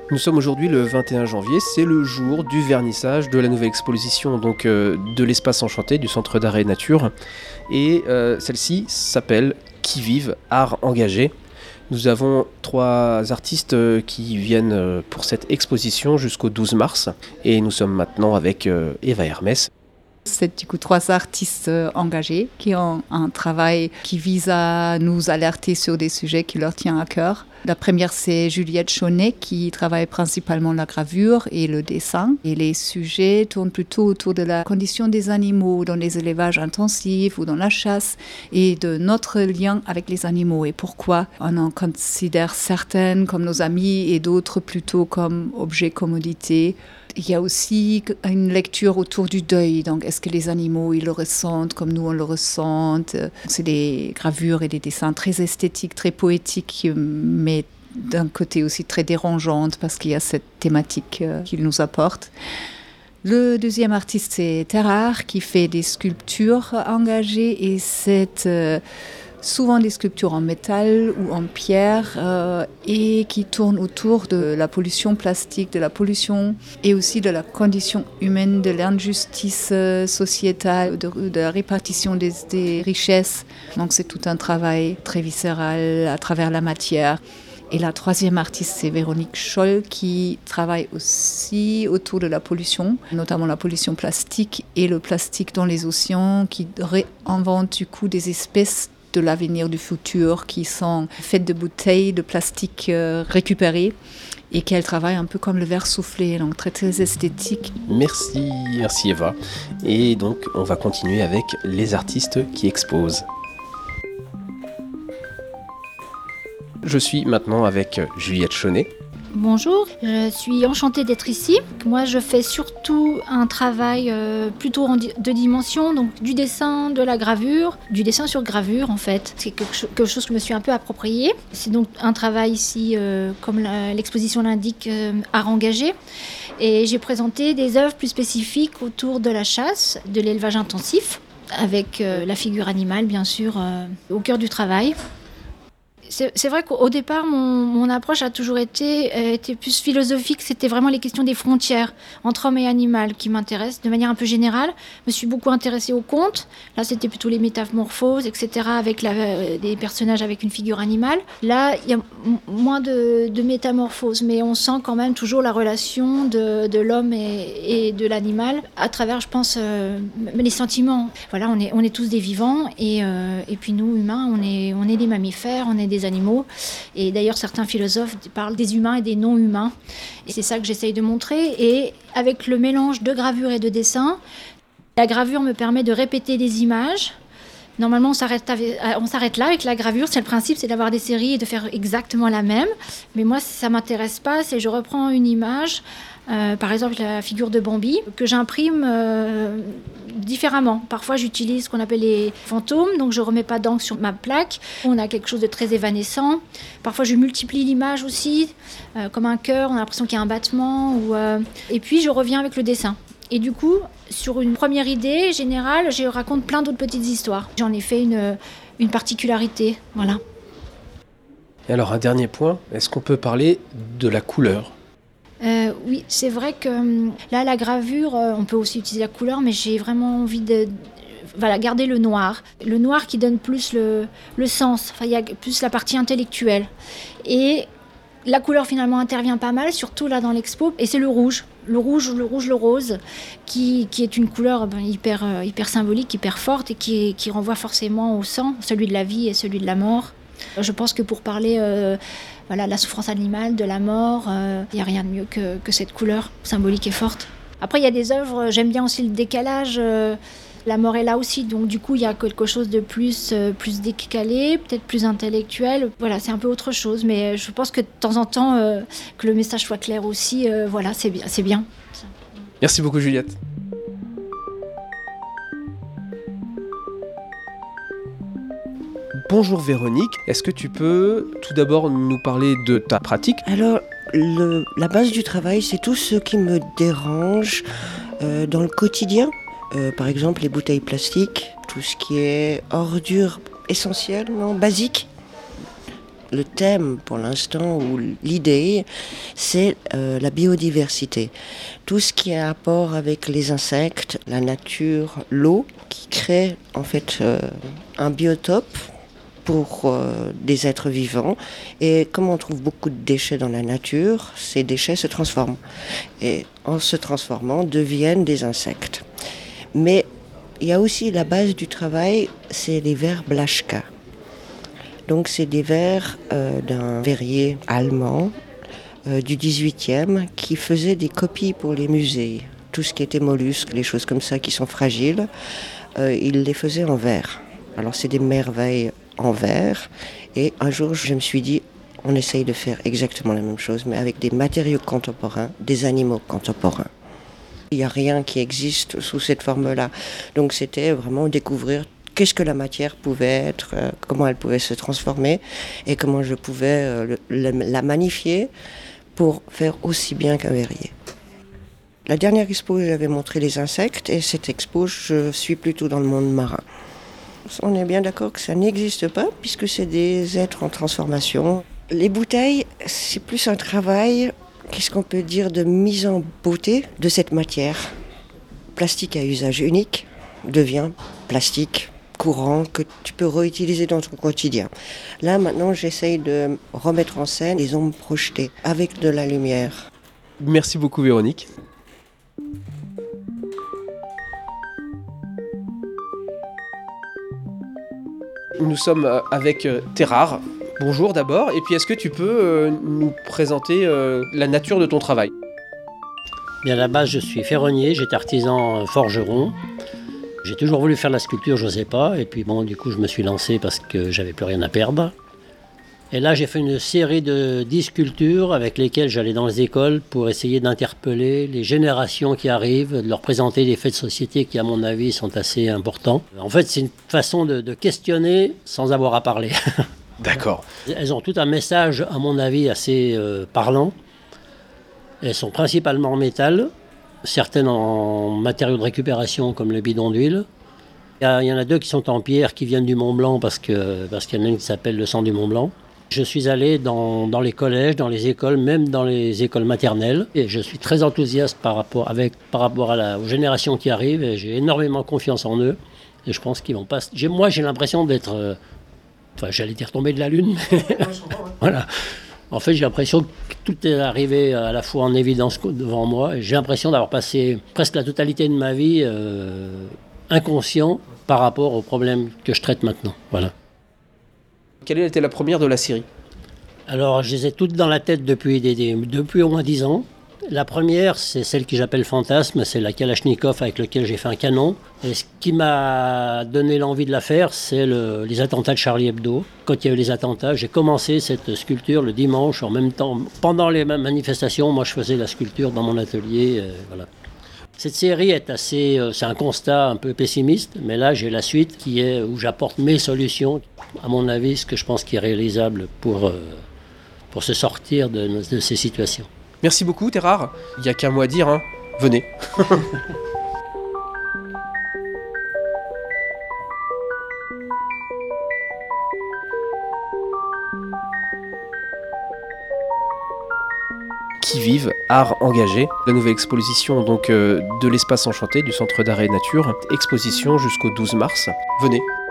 Nous sommes aujourd'hui le 21 janvier, c'est le jour du vernissage de la nouvelle exposition de l'Espace Enchanté du Centre d'Art et Nature. Et celle-ci s'appelle Qui vive, art engagé. Nous avons 3 artistes qui viennent pour cette exposition jusqu'au 12 mars. Et nous sommes maintenant avec Eva Hermès. C'est du coup 3 artistes engagés qui ont un travail qui vise à nous alerter sur des sujets qui leur tiennent à cœur. La première, c'est Juliette Chaunet qui travaille principalement la gravure et le dessin. Et les sujets tournent plutôt autour de la condition des animaux dans les élevages intensifs ou dans la chasse et de notre lien avec les animaux et pourquoi on en considère certaines comme nos amis et d'autres plutôt comme objets commodité. Il y a aussi une lecture autour du deuil. Donc, est-ce que les animaux, ils le ressentent comme nous, on le ressent? C'est des gravures et des dessins très esthétiques, très poétiques, mais d'un côté aussi très dérangeantes parce qu'il y a cette thématique qu'ils nous apportent. Le deuxième artiste, c'est Terrar, qui fait des sculptures engagées et c'est souvent des sculptures en métal ou en pierre et qui tournent autour de la pollution plastique, de la pollution et aussi de la condition humaine, de l'injustice sociétale, de la répartition des richesses. Donc c'est tout un travail très viscéral à travers la matière. Et la troisième artiste, c'est Véronique Scholl, qui travaille aussi autour de la pollution, notamment la pollution plastique et le plastique dans les océans, qui réinvente du coup des espèces de l'avenir du futur qui sont faites de bouteilles de plastique récupérées et qu'elle travaille un peu comme le verre soufflé, donc très très esthétique. Merci Eva. Et donc on va continuer avec les artistes qui exposent. Je suis maintenant avec Juliette Chaunet. Bonjour, je suis enchantée d'être ici. Moi, je fais surtout un travail plutôt en 2 dimensions, donc du dessin, de la gravure, du dessin sur gravure en fait. C'est quelque chose que je me suis un peu approprié. C'est donc un travail ici, comme l'exposition l'indique, art engagé. Et j'ai présenté des œuvres plus spécifiques autour de la chasse, de l'élevage intensif, avec la figure animale bien sûr au cœur du travail. C'est vrai qu'au départ, mon approche a toujours été plus philosophique. C'était vraiment les questions des frontières entre homme et animal qui m'intéressent de manière un peu générale. Je me suis beaucoup intéressée aux contes. Là, c'était plutôt les métamorphoses, etc., avec des personnages avec une figure animale. Là, il y a moins de métamorphoses, mais on sent quand même toujours la relation de l'homme et de l'animal à travers, je pense, les sentiments. Voilà, on est tous des vivants et puis nous, humains, on est des mammifères, on est des animaux. Et d'ailleurs, certains philosophes parlent des humains et des non-humains. Et c'est ça que j'essaye de montrer. Et avec le mélange de gravure et de dessin, la gravure me permet de répéter des images. Normalement, on s'arrête là avec la gravure. C'est le principe, c'est d'avoir des séries et de faire exactement la même. Mais moi, ça ne m'intéresse pas. C'est je reprends une image, par exemple la figure de Bambi, que j'imprime différemment. Parfois, j'utilise ce qu'on appelle les fantômes, donc je ne remets pas d'encre sur ma plaque. On a quelque chose de très évanescent. Parfois, je multiplie l'image aussi, comme un cœur, on a l'impression qu'il y a un battement. Et puis, je reviens avec le dessin. Et du coup, sur une première idée générale, je raconte plein d'autres petites histoires. J'en ai fait une particularité, voilà. Et alors, un dernier point, est-ce qu'on peut parler de la couleur ? Oui, c'est vrai que là, la gravure, on peut aussi utiliser la couleur, mais j'ai vraiment envie de garder le noir. Le noir qui donne plus le sens, il y a plus la partie intellectuelle. Et la couleur finalement intervient pas mal, surtout là dans l'expo, et c'est le rouge, le rose, qui est une couleur hyper symbolique, hyper forte, et qui renvoie forcément au sang, celui de la vie et celui de la mort. Je pense que pour parler la souffrance animale, de la mort, il n'y a rien de mieux que cette couleur symbolique et forte. Après, il y a des œuvres, j'aime bien aussi le décalage. La mort est là aussi, donc du coup, il y a quelque chose de plus décalé, peut-être plus intellectuel. Voilà, c'est un peu autre chose, mais je pense que de temps en temps, que le message soit clair aussi, c'est bien. Merci beaucoup, Juliette. Bonjour Véronique, est-ce que tu peux tout d'abord nous parler de ta pratique ? Alors, la base du travail, c'est tout ce qui me dérange dans le quotidien. Par exemple, les bouteilles plastiques, tout ce qui est ordures essentielles, basiques. Le thème pour l'instant, ou l'idée, c'est la biodiversité. Tout ce qui a rapport avec les insectes, la nature, l'eau, qui crée en fait un biotope pour des êtres vivants. Et comme on trouve beaucoup de déchets dans la nature, ces déchets se transforment. Et en se transformant, deviennent des insectes. Mais il y a aussi la base du travail, c'est les vers Blaschka. Donc c'est des vers d'un verrier allemand du 18e qui faisait des copies pour les musées. Tout ce qui était mollusques, les choses comme ça qui sont fragiles, il les faisait en verre. Alors c'est des merveilles en verre. Et un jour je me suis dit, on essaye de faire exactement la même chose, mais avec des matériaux contemporains, des animaux contemporains. Il n'y a rien qui existe sous cette forme-là. Donc c'était vraiment découvrir qu'est-ce que la matière pouvait être, comment elle pouvait se transformer et comment je pouvais la magnifier pour faire aussi bien qu'un verrier. La dernière expo, j'avais montré les insectes et cette expo, je suis plutôt dans le monde marin. On est bien d'accord que ça n'existe pas puisque c'est des êtres en transformation. Les bouteilles, c'est plus un travail, qu'est-ce qu'on peut dire, de mise en beauté de cette matière. Plastique à usage unique devient plastique courant que tu peux réutiliser dans ton quotidien. Là, maintenant, j'essaye de remettre en scène les ombres projetées avec de la lumière. Merci beaucoup, Véronique. Nous sommes avec Terrar. Bonjour d'abord, et puis est-ce que tu peux nous présenter la nature de ton travail ? Bien, à la base, je suis ferronnier, j'étais artisan forgeron. J'ai toujours voulu faire de la sculpture, je n'osais pas. Et puis bon, du coup, je me suis lancé parce que j'avais plus rien à perdre. Et là, j'ai fait une série de 10 sculptures avec lesquelles j'allais dans les écoles pour essayer d'interpeller les générations qui arrivent, de leur présenter des faits de société qui, à mon avis, sont assez importants. En fait, c'est une façon de questionner sans avoir à parler. D'accord. Elles ont tout un message, à mon avis, assez parlant. Elles sont principalement en métal. Certaines en matériaux de récupération comme le bidon d'huile. Il y en a 2 qui sont en pierre qui viennent du Mont Blanc parce qu'il y en a une qui s'appelle le sang du Mont Blanc. Je suis allé dans les collèges, dans les écoles, même dans les écoles maternelles. Et je suis très enthousiaste par rapport aux générations qui arrivent. Et j'ai énormément confiance en eux. Et je pense qu'ils vont pas... Moi, j'ai l'impression d'être... j'allais dire tomber de la lune. Voilà. En fait, j'ai l'impression que tout est arrivé à la fois en évidence devant moi. Et j'ai l'impression d'avoir passé presque la totalité de ma vie inconscient par rapport aux problèmes que je traite maintenant. Voilà. Quelle était la première de la série ? Alors, je les ai toutes dans la tête depuis au moins 10 ans. La première, c'est celle que j'appelle Fantasme, c'est la Kalachnikov avec laquelle j'ai fait un canon. Et ce qui m'a donné l'envie de la faire, c'est les attentats de Charlie Hebdo. Quand il y a eu les attentats, j'ai commencé cette sculpture le dimanche, en même temps, pendant les manifestations, moi je faisais la sculpture dans mon atelier. Voilà. Cette série est c'est un constat un peu pessimiste, mais là j'ai la suite qui est où j'apporte mes solutions, à mon avis, ce que je pense qui est réalisable pour se sortir de ces situations. Merci beaucoup, Terrar. Il n'y a qu'un mot à dire, hein. Venez. Qui vivent, art engagé. La nouvelle exposition donc de l'espace enchanté du Centre d'art et nature. Exposition jusqu'au 12 mars. Venez.